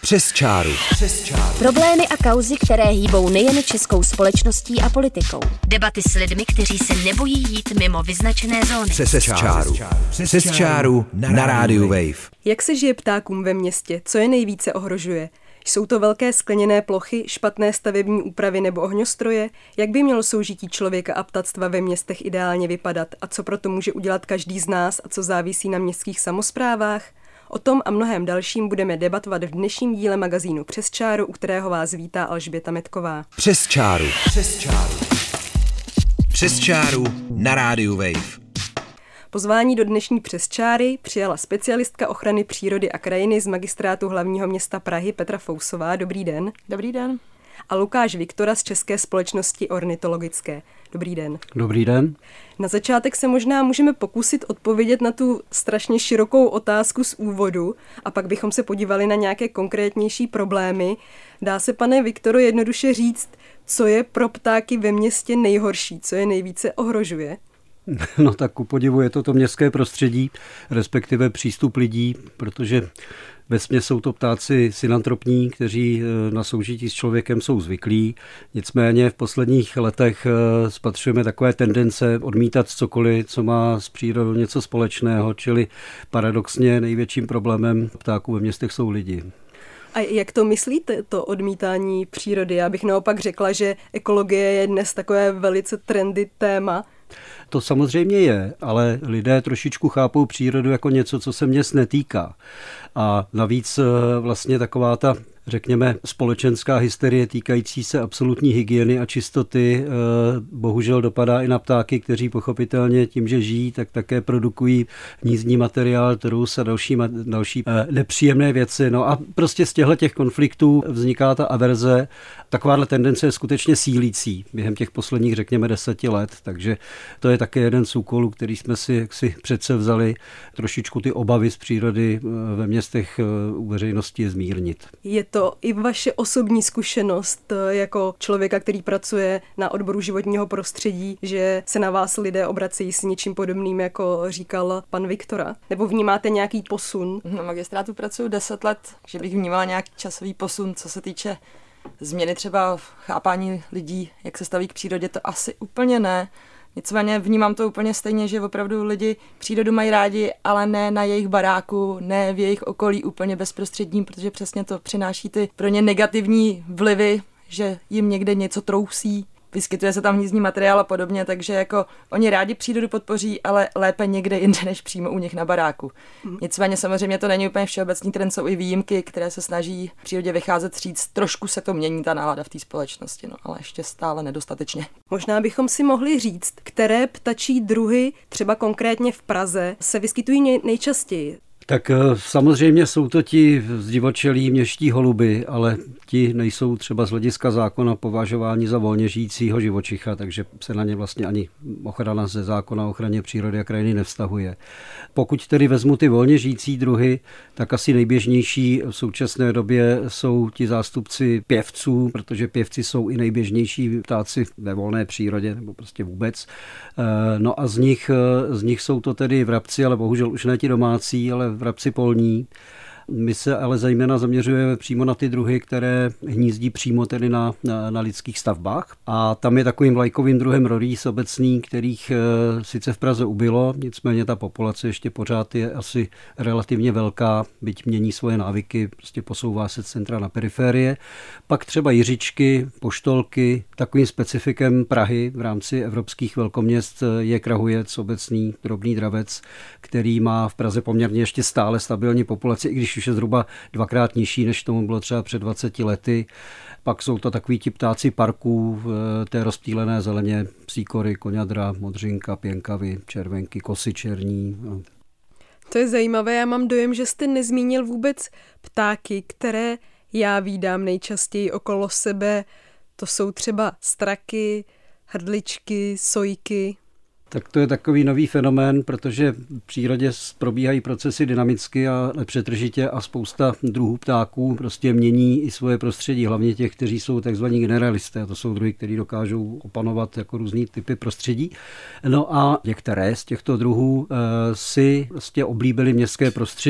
Přes čáru. Problémy a kauzy, které hýbou nejen českou společností a politikou. Debaty s lidmi, kteří se nebojí jít mimo vyznačené zóny. Přes čáru na rádiu Wave. Jak se žije ptákům ve městě? Co je nejvíce ohrožuje? Jsou to velké skleněné plochy, špatné stavební úpravy nebo ohňostroje? Jak by mělo soužití člověka a ptactva ve městech ideálně vypadat? A co proto může udělat každý z nás a co závisí na městských samosprávách? O tom a mnohem dalším budeme debatovat v dnešním díle magazínu Přes čáru, u kterého vás vítá Alžběta Metková. Přes čáru na rádiu Wave. Pozvání do dnešní Přes čáry přijala specialistka ochrany přírody a krajiny z Magistrátu hlavního města Prahy Petra Fousová. Dobrý den. Dobrý den. A Lukáš Viktora z České společnosti ornitologické. Dobrý den. Dobrý den. Na začátek se možná můžeme pokusit odpovědět na tu strašně širokou otázku z úvodu a pak bychom se podívali na nějaké konkrétnější problémy. Dá se, pane Viktoro, jednoduše říct, co je pro ptáky ve městě nejhorší, co je nejvíce ohrožuje? No tak ku podivu je to městské prostředí, respektive přístup lidí, protože vesměs jsou to ptáci synantropní, kteří na soužití s člověkem jsou zvyklí. Nicméně v posledních letech spatřujeme takové tendence odmítat cokoliv, co má s přírodou něco společného, čili paradoxně největším problémem ptáků ve městech jsou lidi. A jak to myslíte, to odmítání přírody? Já bych naopak řekla, že ekologie je dnes takové velice trendy téma. To samozřejmě je, ale lidé trošičku chápou přírodu jako něco, co se měst netýká. A navíc vlastně taková ta, řekněme, společenská hysterie týkající se absolutní hygieny a čistoty bohužel dopadá i na ptáky, kteří pochopitelně tím, že žijí, tak také produkují hnízdní materiál, trus a další nepříjemné věci. No a prostě z těchto konfliktů vzniká ta averze. Takováhle tendence je skutečně sílící během těch posledních, řekněme, 10 let, takže to je také jeden z úkolů, který jsme si jaksi přece vzali, trošičku ty obavy z přírody ve městech u veřejnosti zmírnit. Je to i vaše osobní zkušenost jako člověka, který pracuje na odboru životního prostředí, že se na vás lidé obracejí s něčím podobným, jako říkal pan Viktora? Nebo vnímáte nějaký posun? Na magistrátu pracuji 10 let, že bych vnímala nějaký časový posun, co se týče změny třeba v chápání lidí, jak se staví k přírodě, to asi úplně ne. Nicméně vnímám to úplně stejně, že opravdu lidi přírodu mají rádi, ale ne na jejich baráku, ne v jejich okolí úplně bezprostředním, protože přesně to přináší ty pro ně negativní vlivy, že jim někde něco trousí, vyskytuje se tam hnízdní materiál a podobně, takže jako oni rádi přírodu podpoří, ale lépe někde jinde než přímo u nich na baráku. Nicméně samozřejmě to není úplně všeobecný trend, jsou i výjimky, které se snaží přírodě vycházet vstříc. Trošku se to mění ta nálada v té společnosti, no, ale ještě stále nedostatečně. Možná bychom si mohli říct, které ptačí druhy, třeba konkrétně v Praze, se vyskytují nejčastěji. Tak samozřejmě jsou to ti zdivočelí městští holuby, ale ti nejsou třeba z hlediska zákona považováni za volně žijícího živočicha, takže se na ně vlastně ani ochrana ze zákona o ochraně přírody a krajiny nevztahuje. Pokud tedy vezmu ty volně žijící druhy, tak asi nejběžnější v současné době jsou ti zástupci pěvců, protože pěvci jsou i nejběžnější ptáci ve volné přírodě, nebo prostě vůbec. No a z nich jsou to tedy vrabci, ale bohužel už ne ti domácí, ale vrabci polní. My se ale zejména zaměřujeme přímo na ty druhy, které hnízdí přímo tedy na lidských stavbách. A tam je takovým vlajkovým druhem rorýs obecný, kterých sice v Praze ubylo, nicméně ta populace ještě pořád je asi relativně velká, byť mění svoje návyky, prostě posouvá se z centra na periferie. Pak třeba jiřičky, poštolky, takovým specifikem Prahy v rámci evropských velkoměst je krahujec obecný, drobný dravec, který má v Praze poměrně ještě stále stabilní populaci, i když už je zhruba 2x nižší, než tomu bylo třeba před 20 lety. Pak jsou to takový ti ptáci parků, té rozptýlené zeleně, psíkory, koňadra, modřinka, pěnkavy, červenky, kosy černí. To je zajímavé, já mám dojem, že jste nezmínil vůbec ptáky, které já vídám nejčastěji okolo sebe. To jsou třeba straky, hrdličky, sojky. Tak to je takový nový fenomén, protože v přírodě probíhají procesy dynamicky a nepřetržitě a spousta druhů ptáků prostě mění i svoje prostředí, hlavně těch, kteří jsou takzvaní generalisté. To jsou druhy, kteří dokážou opanovat jako různý typy prostředí. No a některé z těchto druhů si vlastně oblíbily městské prostředí.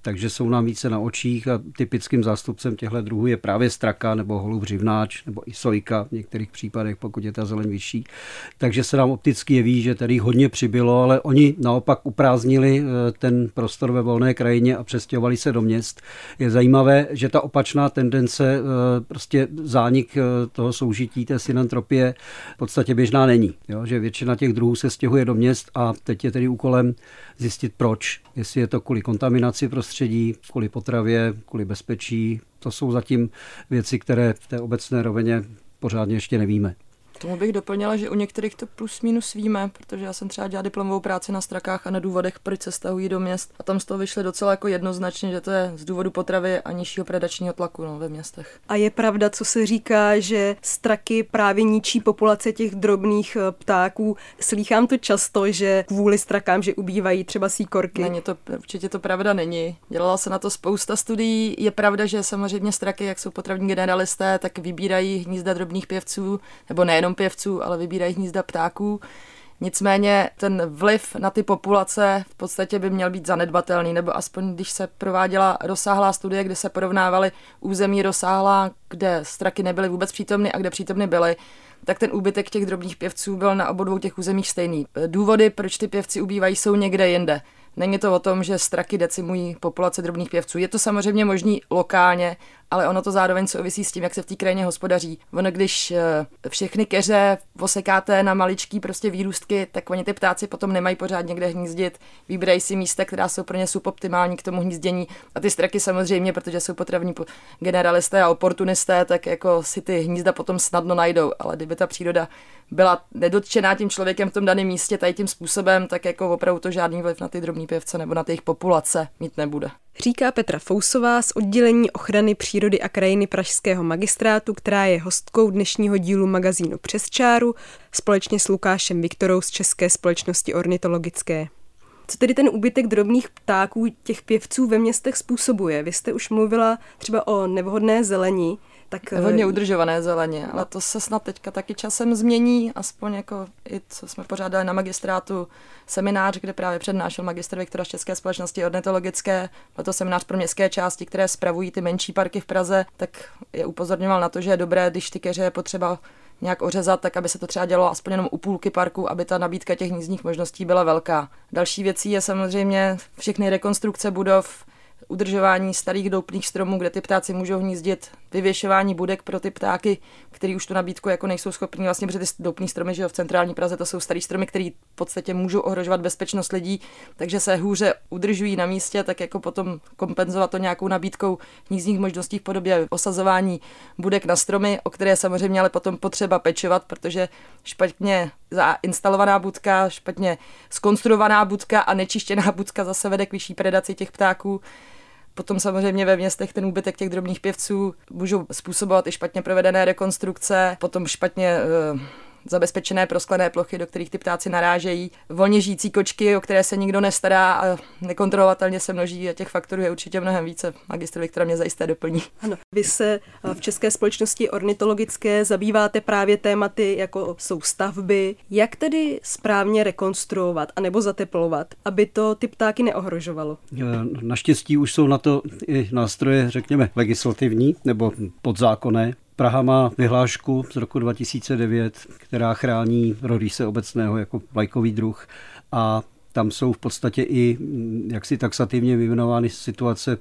takže jsou nám více na očích a typickým zástupcem těchto druhů je právě straka nebo holub řivnáč nebo i sojka v některých případech, pokud je ta zeleň vyšší. Takže se nám opticky jeví, že tady hodně přibylo, ale oni naopak uprázdnili ten prostor ve volné krajině a přestěhovali se do měst. Je zajímavé, že ta opačná tendence, prostě zánik toho soužití, té synantropie v podstatě běžná není. Jo? Že většina těch druhů se stěhuje do měst a teď je tedy úkolem zjistit proč. Jestli je to kvůli kontaminaci prostředí, kvůli potravě, kvůli bezpečí. To jsou zatím věci, které v té obecné rovině pořádně ještě nevíme. Tomu bych doplnila, že u některých to plus minus víme, protože já jsem třeba dělala diplomovou práci na strakách a na důvodech, proč se stahují do měst. A tam z toho vyšly docela jako jednoznačně, že to je z důvodu potravy a nižšího predačního tlaku ve městech. A je pravda, co se říká, že straky právě ničí populace těch drobných ptáků. Slýchám to často, že kvůli strakám, že ubývají třeba síkorky. Určitě to pravda není. Dělala se na to spousta studií. Je pravda, že samozřejmě straky, jak jsou potravní generalisté, tak vybírají hnízda drobných pěvců, nebo nejenom pěvců, ale vybírají hnízda ptáků. Nicméně ten vliv na ty populace v podstatě by měl být zanedbatelný, nebo aspoň když se prováděla rozsáhlá studie, kde se porovnávaly území rozsáhlá, kde straky nebyly vůbec přítomny a kde přítomny byly, tak ten úbytek těch drobných pěvců byl na obou dvou těch územích stejný. Důvody, proč ty pěvci ubývají, jsou někde jinde. Není to o tom, že straky decimují populace drobných pěvců. Je to samozřejmě možný lokálně, ale ono to zároveň souvisí s tím, jak se v té krajině hospodaří. Ono, když všechny keře osekáte na maličký prostě výrůstky, tak oni ty ptáci potom nemají pořád někde hnízdit. Vybírají si místa, která jsou pro ně suboptimální k tomu hnízdění. A ty straky samozřejmě, protože jsou potravní generalisté a oportunisté, tak jako si ty hnízda potom snadno najdou. Ale kdyby ta příroda byla nedotčená tím člověkem v tom daném místě tady tím způsobem, tak jako opravdu to žádný vliv na ty drobný pěvce nebo na ty jejich populace mít nebude. Říká Petra Fousová z oddělení ochrany přírody a krajiny Pražského magistrátu, která je hostkou dnešního dílu magazínu Přes čáru, společně s Lukášem Viktorou z České společnosti ornitologické. Co tedy ten úbytek drobných ptáků, těch pěvců ve městech způsobuje? Vy jste už mluvila třeba o nevhodné zeleni. Tak hodně udržované zeleně, ale to se snad teďka taky časem změní, aspoň jako i co jsme pořádali na magistrátu seminář, kde právě přednášel magistr Viktora z České společnosti ornitologické, byl to seminář pro městské části, které spravují ty menší parky v Praze, tak je upozorňoval na to, že je dobré, když ty keře je potřeba nějak ořezat, tak aby se to třeba dělalo aspoň jenom u půlky parku, aby ta nabídka těch hnízdních možností byla velká. Další věcí je samozřejmě všechny rekonstrukce budov, udržování starých doupných stromů, kde ty ptáci můžou hnízdit, vyvěšování budek pro ty ptáky, který už tu nabídku jako nejsou schopní vlastně, protože ty doupní stromy, že jo, v centrální Praze to jsou starý stromy, které v podstatě můžou ohrožovat bezpečnost lidí, takže se hůře udržují na místě, tak jako potom kompenzovat to nějakou nabídkou hnízdních možností v podobě osazování budek na stromy, o které samozřejmě ale potom potřeba pečovat, protože špatně zainstalovaná budka, špatně zkonstruovaná budka a nečištěná budka zase vede k vyšší predaci těch ptáků. Potom samozřejmě ve městech ten úbytek těch drobných pěvců můžou způsobovat i špatně provedené rekonstrukce, potom špatně zabezpečené prosklené plochy, do kterých ty ptáci narážejí, volně žijící kočky, o které se nikdo nestará a nekontrolovatelně se množí a těch faktorů je určitě mnohem více. Magistr Viktora mě zajisté doplní. Ano, vy se v České společnosti ornitologické zabýváte právě tématy, jako jsou stavby. Jak tedy správně rekonstruovat anebo zateplovat, aby to ty ptáky neohrožovalo? Naštěstí už jsou na to i nástroje, řekněme, legislativní nebo podzákonné. Praha má vyhlášku z roku 2009, která chrání rorýse obecného jako vlajkový druh a tam jsou v podstatě i jaksi taxativně vyjmenovány situace,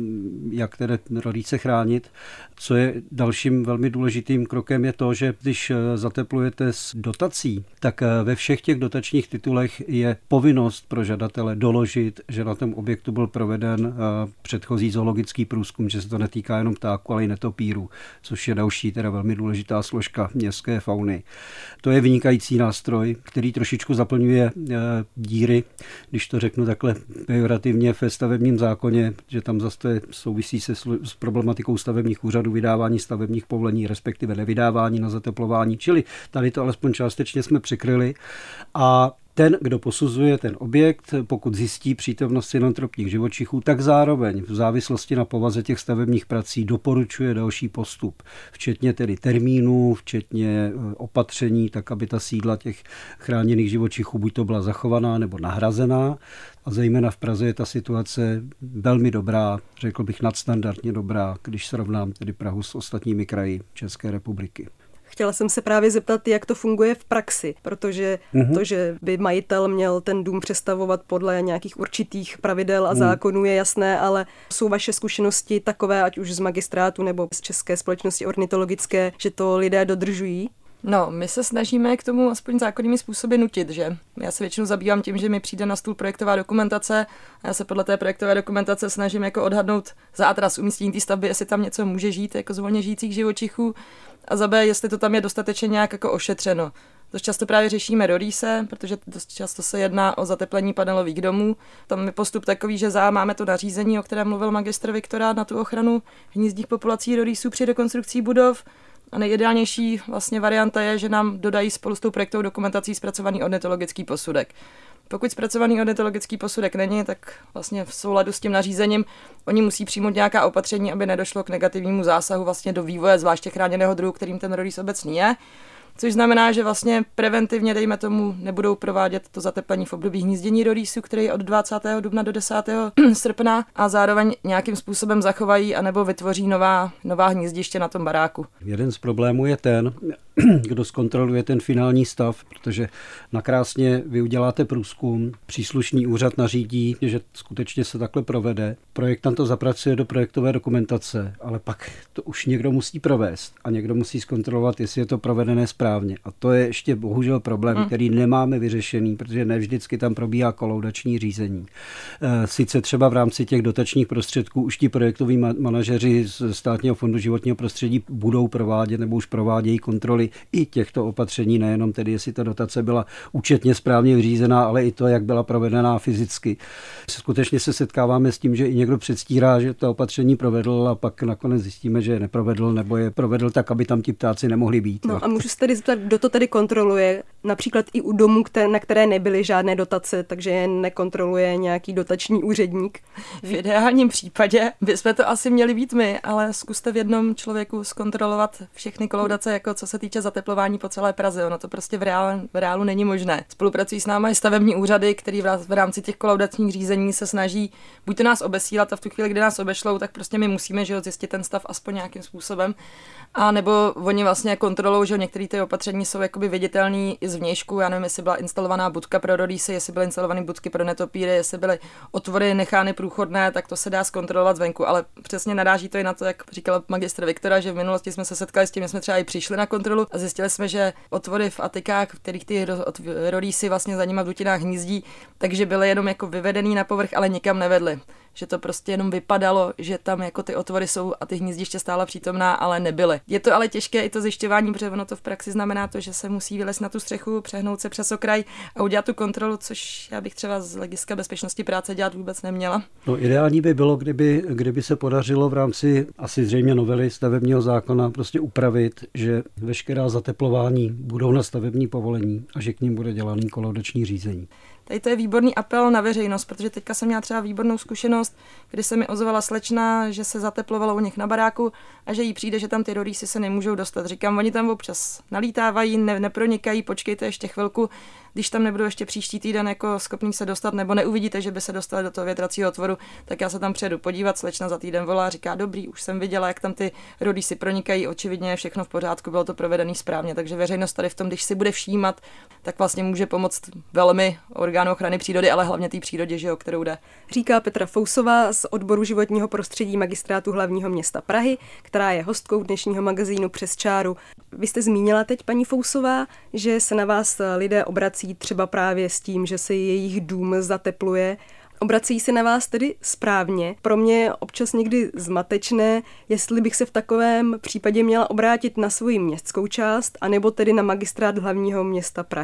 jak tedy rorýse chránit. Co je dalším velmi důležitým krokem je to, že když zateplujete s dotací, tak ve všech těch dotačních titulech je povinnost pro žadatele doložit, že na tom objektu byl proveden předchozí zoologický průzkum, že se to netýká jenom ptáků, ale i netopírů, což je další teda velmi důležitá složka městské fauny. To je vynikající nástroj, který trošičku zaplňuje díry, když to řeknu takhle pejorativně, ve stavebním zákoně, že tam zase souvisí se s problematikou stavebních úřadů, vydávání stavebních povolení, respektive nevydávání na zateplování, čili tady to alespoň částečně jsme přikryli a ten, kdo posuzuje ten objekt, pokud zjistí přítomnost synantropních živočichů, tak zároveň v závislosti na povaze těch stavebních prací doporučuje další postup, včetně tedy termínů, včetně opatření, tak aby ta sídla těch chráněných živočichů buď to byla zachovaná nebo nahrazená. A zejména v Praze je ta situace velmi dobrá, řekl bych nadstandardně dobrá, když srovnám tedy Prahu s ostatními kraji České republiky. Chtěla jsem se právě zeptat, jak to funguje v praxi, protože to, že by majitel měl ten dům přestavovat podle nějakých určitých pravidel a zákonů je jasné, ale jsou vaše zkušenosti takové, ať už z magistrátu nebo z České společnosti ornitologické, že to lidé dodržují? No, my se snažíme k tomu aspoň zákonnými způsoby nutit, že? Já se většinou zabývám tím, že mi přijde na stůl projektová dokumentace a já se podle té projektové dokumentace snažím jako odhadnout za A teda z umístění té stavby, jestli tam něco může žít jako z volně žijících živočichů a za B, jestli to tam je dostatečně nějak jako ošetřeno. Dost často právě řešíme rorýse, protože dost často se jedná o zateplení panelových domů. Tam je postup takový, že máme to nařízení, o kterém mluvil magistr Viktorát na tu ochranu hnízdních populací rorýsů při rekonstrukcí budov. A nejideálnější vlastně varianta je, že nám dodají spolu s tou projektovou dokumentací zpracovaný ornitologický posudek. Pokud zpracovaný ornitologický posudek není, tak vlastně v souladu s tím nařízením oni musí přijmout nějaká opatření, aby nedošlo k negativnímu zásahu vlastně do vývoje zvláště chráněného druhu, kterým ten rorýs obecný je. Což znamená, že vlastně preventivně, dejme tomu, nebudou provádět to zateplení v období hnízdění rorýsů, který je od 20. dubna do 10. srpna a zároveň nějakým způsobem zachovají anebo vytvoří nová hnízdiště na tom baráku. Jeden z problémů je ten, kdo zkontroluje ten finální stav, protože nakrásně vy uděláte průzkum, příslušný úřad nařídí, že skutečně se takhle provede. Projektant to zapracuje do projektové dokumentace, ale pak to už někdo musí provést a někdo musí zkontrolovat, jestli je to provedené správně. A to je ještě bohužel problém, který nemáme vyřešený, protože ne vždycky tam probíhá kolaudační řízení. Sice třeba v rámci těch dotačních prostředků už ti projektoví manažeři z Státního fondu životního prostředí budou provádět nebo už provádějí kontroly i těchto opatření, nejenom tedy, jestli ta dotace byla účetně správně vyřízená, ale i to, jak byla provedená fyzicky. Skutečně se setkáváme s tím, že i někdo předstírá, že to opatření provedl a pak nakonec zjistíme, že je neprovedl nebo je provedl tak, aby tam ti ptáci nemohli být. No a můžu se tedy zeptat, kdo to tedy kontroluje? Například i u domů, na které nebyly žádné dotace, takže je nekontroluje nějaký dotační úředník? V ideálním případě bychom to asi měli být my, ale zkuste v jednom člověku zkontrolovat všechny kolaudace, jako co se týče zateplování po celé Praze. Ono to prostě v reálu není možné. Spolupracují s námi i stavební úřady, který v rámci těch kolaudačních řízení se snaží buď to nás obesílat a v tu chvíli, kdy nás obešlou, tak prostě my musíme zjistit ten stav aspoň nějakým způsobem. A nebo oni vlastně kontrolují, že některé ty opatření jsou jakoby viditelné i zvnějšku. Já nevím, jestli byla instalovaná budka pro rorýsy, jestli byly instalované budky pro netopíry, jestli byly otvory nechány průchodné, tak to se dá zkontrolovat zvenku, ale přesně naráží to i na to, jak říkal magistr Viktora, že v minulosti jsme se setkali s tím, že jsme třeba i přišli na kontrolu a zjistili jsme, že otvory v atikách, v kterých ty rorýsy vlastně za nima v dutinách hnízdí, takže byly jenom jako vyvedený na povrch, ale nikam nevedly. Že to prostě jenom vypadalo, že tam jako ty otvory jsou a ty hnízdiště stále přítomná, ale nebyly. Je to ale těžké i to zjišťování, protože ono to v praxi znamená to, že se musí vylézt na tu střechu, přehnout se přes okraj a udělat tu kontrolu, což já bych třeba z hlediska bezpečnosti práce dělat vůbec neměla. No, ideální by bylo, kdyby se podařilo v rámci asi zřejmě novely stavebního zákona prostě upravit, že veškerá zateplování budou na stavební povolení a že k ním bude dělaný kolaudační řízení. Tady to je výborný apel na veřejnost, protože teďka jsem měla třeba výbornou zkušenost, kdy se mi ozvala slečna, že se zateplovalo u nich na baráku a že jí přijde, že tam ty rorýsy se nemůžou dostat. Říkám, oni tam občas nalítávají, nepronikají, počkejte ještě chvilku, když tam nebudou ještě příští týden jako schopný se dostat, nebo neuvidíte, že by se dostali do toho větracího otvoru, tak já se tam přijedu podívat. Slečna za týden volá a říká, dobrý, už jsem viděla, jak tam ty rorýsy pronikají, očividně je všechno v pořádku, bylo to provedený správně, takže veřejnost tady v tom, když si bude všímat, tak vlastně může pomoct velmi orgánu ochrany přírody, ale hlavně té přírodě, že o kterou jde. Říká Petra Fousová z odboru životního prostředí Magistrátu hlavního města Prahy, která je hostkou dnešního magazínu Přes čáru. Vy jste zmínila teď, paní Fousová, že se na vás lidé obrací třeba právě s tím, že se jejich dům zatepluje. Obrací se na vás tedy správně. Pro mě je občas někdy zmatečné, jestli bych se v takovém případě měla obrátit na svoji městskou část, anebo tedy na Magistrát hlavního města Prahy.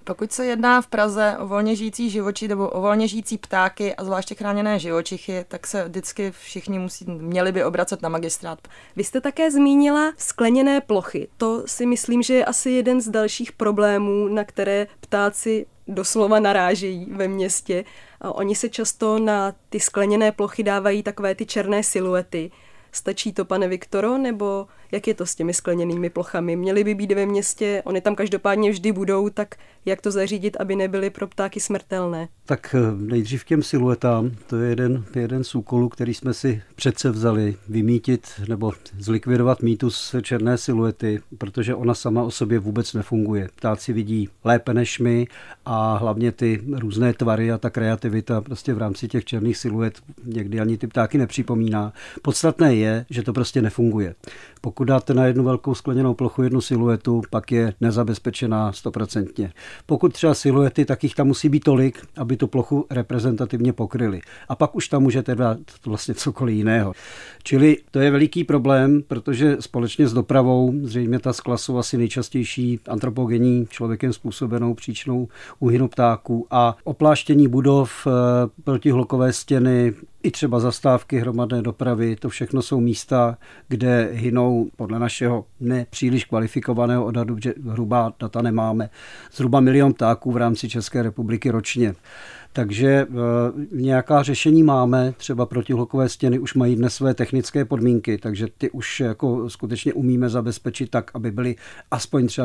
Pokud se jedná v Praze o volně žijící živočí nebo o volně žijící ptáky a zvláště chráněné živočichy, tak se vždycky všichni měli by obracet na magistrát. Vy jste také zmínila skleněné plochy. To si myslím, že je asi jeden z dalších problémů, na které ptáci doslova narážejí ve městě. A oni se často na ty skleněné plochy dávají takové ty černé siluety. Stačí to, pane Viktoro, nebo jak je to s těmi skleněnými plochami? Měly by být ve městě, oni tam každopádně vždy budou, tak jak to zařídit, aby nebyly pro ptáky smrtelné? Tak nejdřív k těm siluetám, to je jeden z úkolů, který jsme si přece vzali, vymítit nebo zlikvidovat mýtus černé siluety, protože ona sama o sobě vůbec nefunguje. Ptáci vidí lépe než my a hlavně ty různé tvary a ta kreativita prostě v rámci těch černých siluet někdy ani ty ptáky nepřipomíná. Podstatné je, že to prostě nefunguje. Pokud dáte na jednu velkou skleněnou plochu jednu siluetu, pak je nezabezpečená 100%. Pokud třeba siluety, tak jich tam musí být tolik, aby tu plochu reprezentativně pokryly. A pak už tam můžete dát vlastně cokoliv jiného. Čili to je veliký problém, protože společně s dopravou zřejmě ta skla jsou asi nejčastější antropogenní člověkem způsobenou příčinou úhynu ptáků a opláštění budov, protihlukové stěny, i třeba zastávky hromadné dopravy, to všechno jsou místa, kde hynou podle našeho nepříliš kvalifikovaného odhadu, že hrubá data nemáme, zhruba 1 milion ptáků v rámci České republiky ročně. Takže nějaká řešení máme, třeba protihlukové stěny už mají dnes své technické podmínky, takže ty už jako skutečně umíme zabezpečit tak, aby byly aspoň třeba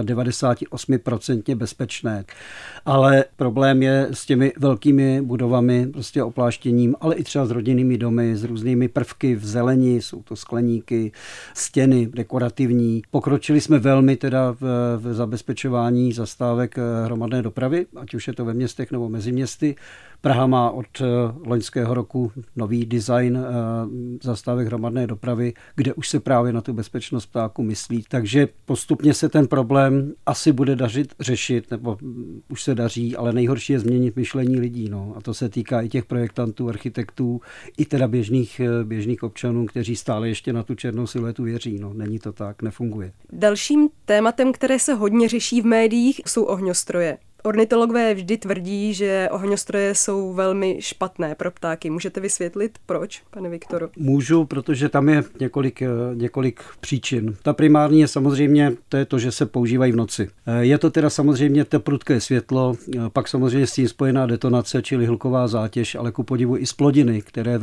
98% bezpečné. Ale problém je s těmi velkými budovami, prostě opláštěním, ale i třeba s rodinnými domy, s různými prvky v zeleni, jsou to skleníky, stěny dekorativní. Pokročili jsme velmi teda v zabezpečování zastávek hromadné dopravy, ať už je to ve městech nebo mezi městy. Praha má od loňského roku nový design zastávek hromadné dopravy, kde už se právě na tu bezpečnost ptáků myslí. Takže postupně se ten problém asi bude dařit řešit, nebo už se daří, ale nejhorší je změnit myšlení lidí. No. A to se týká i těch projektantů, architektů, i teda běžných občanů, kteří stále ještě na tu černou siluetu věří. No. Není to tak, nefunguje. Dalším tématem, které se hodně řeší v médiích, jsou ohňostroje. Ornitologové vždy tvrdí, že ohňostroje jsou velmi špatné pro ptáky. Můžete vysvětlit, proč, pane Viktoro? Můžu, protože tam je několik příčin. Ta primární je samozřejmě to, že se používají v noci. Je to teda samozřejmě to prudké světlo, pak samozřejmě s tím spojená detonace, čili hluková zátěž, ale ku podivu i splodiny, které v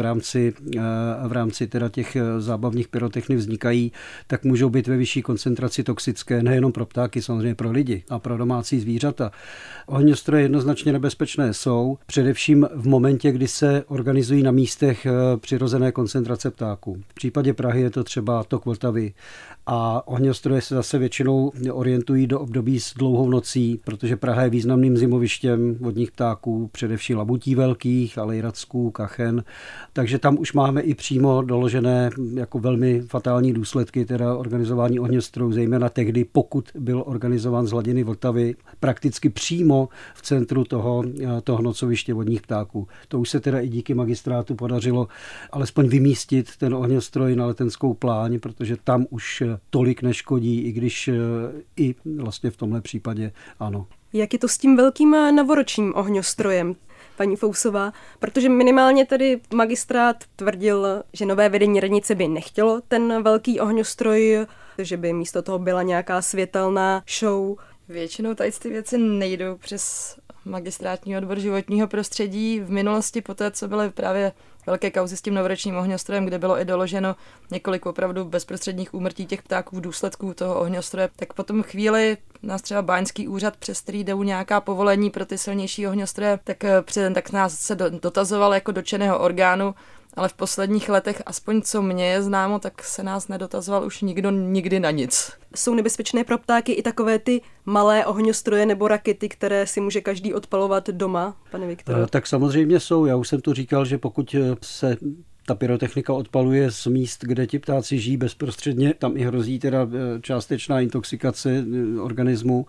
rámci teda těch zábavních pyrotechnik vznikají, tak můžou být ve vyšší koncentraci toxické, nejenom pro ptáky, samozřejmě pro lidi a pro domácí zvířata. Ohňostroje jednoznačně nebezpečné jsou, především v momentě, kdy se organizují na místech přirozené koncentrace ptáků. V případě Prahy je to třeba tok Vltavy a ohňostroje se zase většinou orientují do období s dlouhou nocí, protože Praha je významným zimovištěm vodních ptáků, především labutí velkých, ale i racků, kachen. Takže tam už máme i přímo doložené jako velmi fatální důsledky teda organizování ohňostrojů, zejména tehdy, pokud byl organizován z hladiny Vltavy prakticky přímo v centru toho nocoviště vodních ptáků. To už se teda i díky magistrátu podařilo alespoň vymístit ten ohňostroj na letenskou pláň, protože tam už tolik neškodí, i když i vlastně v tomhle případě ano. Jak je to s tím velkým novoročním ohňostrojem, paní Fousová? Protože minimálně tady magistrát tvrdil, že nové vedení radnice by nechtělo ten velký ohňostroj, že by místo toho byla nějaká světelná show. Většinou tady ty věci nejdou přes magistrátní odbor životního prostředí. V minulosti poté, co byly právě velké kauzy s tím novoročním ohňostrojem, kde bylo i doloženo několik opravdu bezprostředních úmrtí těch ptáků v důsledku toho ohňostroje, tak potom chvíli nás třeba báňský úřad, přes který jdou nějaká povolení pro ty silnější ohňostroje, tak nás se dotazoval jako dotčeného orgánu, ale v posledních letech, aspoň co mně je známo, tak se nás nedotazoval už nikdo nikdy na nic. Jsou nebezpečné pro ptáky i takové ty malé ohňostroje nebo rakety, které si může každý odpalovat doma, pane Viktore? Tak samozřejmě jsou. Já už jsem tu říkal, že pokud se ta pyrotechnika odpaluje z míst, kde ti ptáci žijí bezprostředně, tam i hrozí teda částečná intoxikace organismu.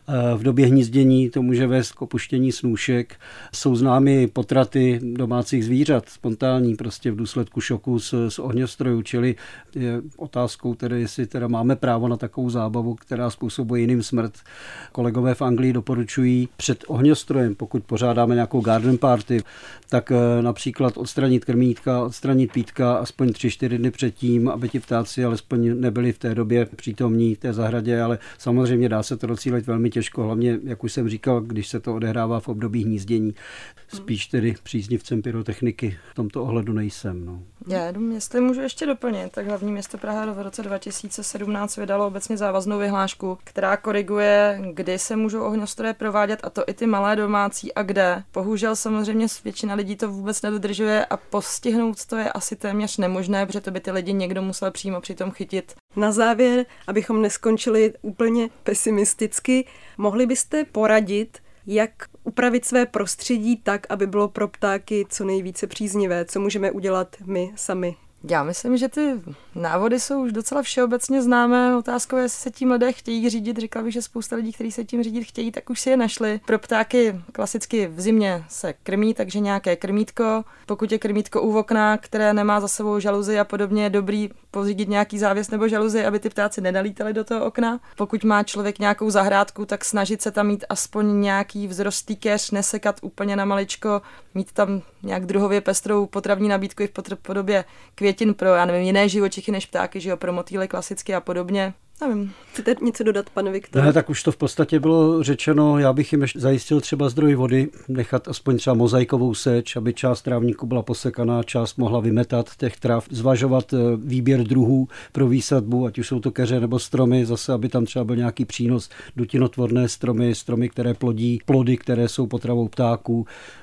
V době hnízdění to může vést k opuštění snůšek. Jsou známy potraty domácích zvířat, spontánní, prostě v důsledku šoku z ohňostrojů, čili je otázkou tedy, jestli teda máme právo na takovou zábavu, která způsobuje jiným smrt. Kolegové v Anglii doporučují před ohňostrojem, pokud pořádáme nějakou garden party, tak například odstranit krmítka, odstranit pítka aspoň 3-4 dny předtím, aby ti ptáci alespoň nebyli v té době přítomní v té zahradě, ale samozřejmě dá se to docílit velmi těžko, hlavně, jak už jsem říkal, když se to odehrává v období hnízdění. Spíš tedy příznivcem pyrotechniky v tomto ohledu nejsem. No. Já jenom, jestli můžu ještě doplnit, tak hlavní město Praha v roce 2017 vydalo obecně závaznou vyhlášku, která koriguje, kdy se můžou ohňostroje provádět, a to i ty malé domácí a kde. Bohužel samozřejmě většina lidí to vůbec nedodržuje a postihnout to je asi téměř nemožné, protože to by ty lidi někdo musel přímo při tom chytit. Na závěr, abychom neskončili úplně pesimisticky, mohli byste poradit, jak upravit své prostředí tak, aby bylo pro ptáky co nejvíce příznivé? Co můžeme udělat my sami? Já myslím, že ty návody jsou už docela všeobecně známé. Otázkou je, jestli se tím lidé chtějí řídit. Říkala bych, že spousta lidí, kteří se tím řídit chtějí, tak už si je našli. Pro ptáky klasicky v zimě se krmí, takže nějaké krmítko. Pokud je krmítko u okna, které nemá za sebou žaluzi a podobně, je dobrý pořídit nějaký závěs nebo žaluzi, aby ty ptáci nedalítali do toho okna. Pokud má člověk nějakou zahrádku, tak snažit se tam mít aspoň nějaký vzrostlý keř, nesekat úplně na maličko, mít tam nějak druhově pestrou potravní nabídku i v podobě květin pro, já nevím, jiné živočichy než ptáky, že jo, pro motýly klasicky a podobně. Nevím. Chcete něco dodat, pane Viktor? Ne, tak už to v podstatě bylo řečeno. Já bych jim zajistil třeba zdroj vody, nechat aspoň třeba mozaikovou seč, aby část trávníku byla posekaná, část mohla vymetat těch trav, zvažovat výběr druhů pro výsadbu, ať už jsou to keře nebo stromy, zase aby tam třeba byl nějaký přínos, dutinotvorné stromy, které plodí plody, které jsou potravou ptáků.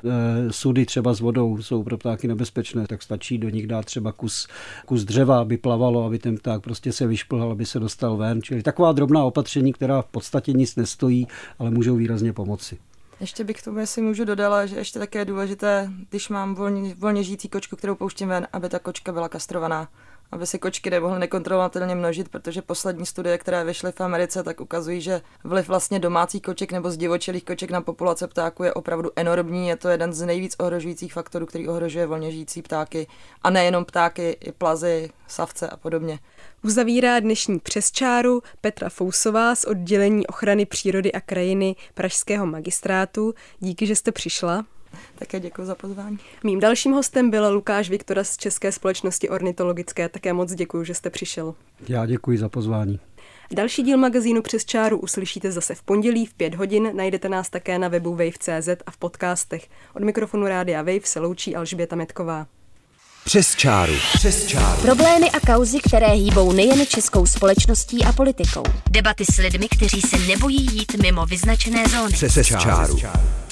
Sudy třeba s vodou jsou pro ptáky nebezpečné, tak stačí do nich dát třeba kus dřeva, aby plavalo, aby ten pták prostě se vyšplhal, aby se dostal ven. Čili taková drobná opatření, která v podstatě nic nestojí, ale můžou výrazně pomoci. Ještě bych k tomu, jestli můžu dodala, že ještě také je důležité, když mám volně žijící kočku, kterou pouštím ven, aby ta kočka byla kastrovaná. Aby si kočky nemohly nekontrolovatelně množit, protože poslední studie, které vyšly v Americe, tak ukazují, že vliv vlastně domácích koček nebo zdivočelých koček na populace ptáků je opravdu enormní. Je to jeden z nejvíc ohrožujících faktorů, který ohrožuje volně žijící ptáky. A nejenom ptáky, i plazy, savce a podobně. Uzavírá dnešní Přes čáru Petra Fousová z oddělení ochrany přírody a krajiny Pražského magistrátu. Díky, že jste přišla. Také děkuji za pozvání. Mým dalším hostem byl Lukáš Viktora z České společnosti ornitologické. Také moc děkuji, že jste přišel. Já děkuji za pozvání. Další díl magazínu Přes čáru uslyšíte zase v pondělí v 5 hodin. Najdete nás také na webu wave.cz a v podcastech. Od mikrofonu Rádia Wave se loučí Alžběta Metková. Přes čáru. Přes čáru. Problémy a kauzy, které hýbou nejen českou společností a politikou. Debaty s lidmi, kteří se nebojí jít mimo vyznačené zóny. Přes čáru.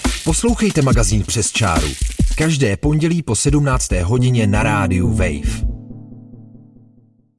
Poslouchejte magazín Přes čáru. Každé pondělí po 17. hodině na rádiu Wave.